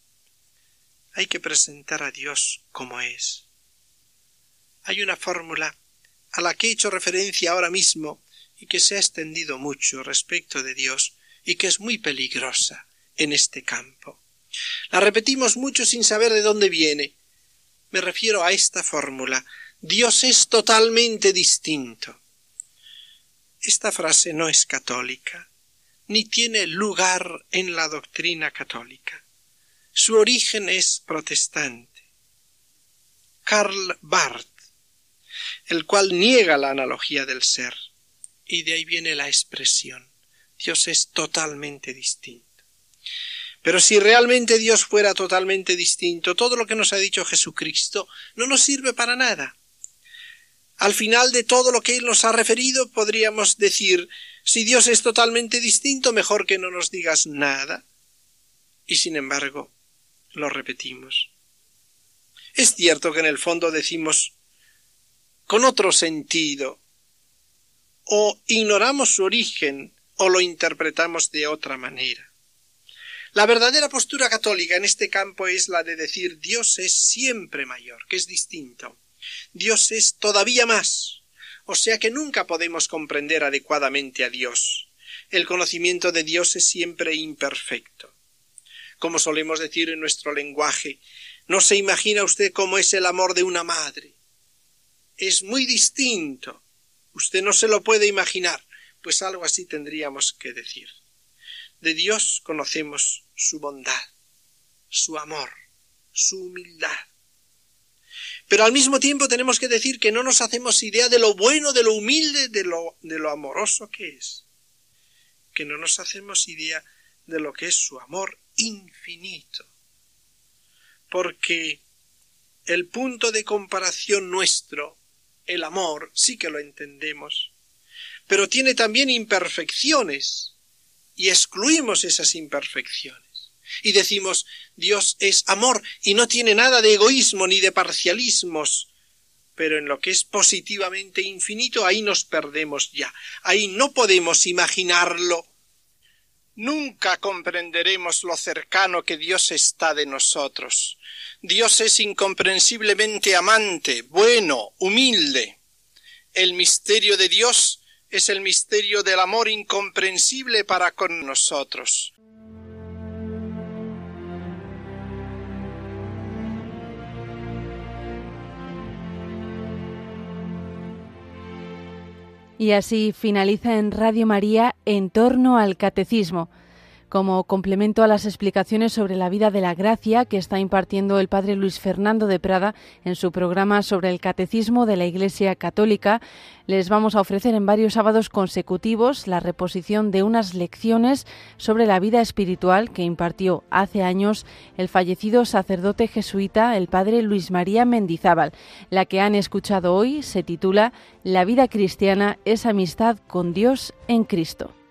Hay que presentar a Dios como es. Hay una fórmula a la que he hecho referencia ahora mismo y que se ha extendido mucho respecto de Dios y que es muy peligrosa en este campo. La repetimos mucho sin saber de dónde viene. Me refiero a esta fórmula: Dios es totalmente distinto. Esta frase no es católica, ni tiene lugar en la doctrina católica. Su origen es protestante. Karl Barth, el cual niega la analogía del ser, y de ahí viene la expresión: Dios es totalmente distinto. Pero si realmente Dios fuera totalmente distinto, todo lo que nos ha dicho Jesucristo no nos sirve para nada. Al final de todo lo que Él nos ha referido, podríamos decir: si Dios es totalmente distinto, mejor que no nos digas nada. Y sin embargo, lo repetimos. Es cierto que en el fondo decimos con otro sentido, o ignoramos su origen, o lo interpretamos de otra manera. La verdadera postura católica en este campo es la de decir: Dios es siempre mayor, que es distinto. Dios es todavía más, o sea que nunca podemos comprender adecuadamente a Dios. El conocimiento de Dios es siempre imperfecto. Como solemos decir en nuestro lenguaje, No se imagina usted cómo es el amor de una madre. Es muy distinto. Usted no se lo puede imaginar. Pues algo así tendríamos que decir. De Dios conocemos su bondad, su amor, su humildad. Pero al mismo tiempo tenemos que decir que no nos hacemos idea de lo bueno, de lo humilde, de lo amoroso que es. Que no nos hacemos idea de lo que es su amor infinito. Porque el punto de comparación nuestro, el amor, sí que lo entendemos, pero tiene también imperfecciones y excluimos esas imperfecciones. Y decimos, Dios es amor y no tiene nada de egoísmo ni de parcialismos, pero en lo que es positivamente infinito, ahí nos perdemos ya. Ahí no podemos imaginarlo. Nunca comprenderemos lo cercano que Dios está de nosotros. Dios es incomprensiblemente amante, bueno, humilde. El misterio de Dios es el misterio del amor incomprensible para con nosotros. Y así finaliza en Radio María En torno al Catecismo, como complemento a las explicaciones sobre la vida de la gracia que está impartiendo el padre Luis Fernando de Prada en su programa sobre el Catecismo de la Iglesia Católica. Les vamos a ofrecer en varios sábados consecutivos la reposición de unas lecciones sobre la vida espiritual que impartió hace años el fallecido sacerdote jesuita, el padre Luis María Mendizábal. La que han escuchado hoy se titula La vida cristiana es amistad con Dios en Cristo.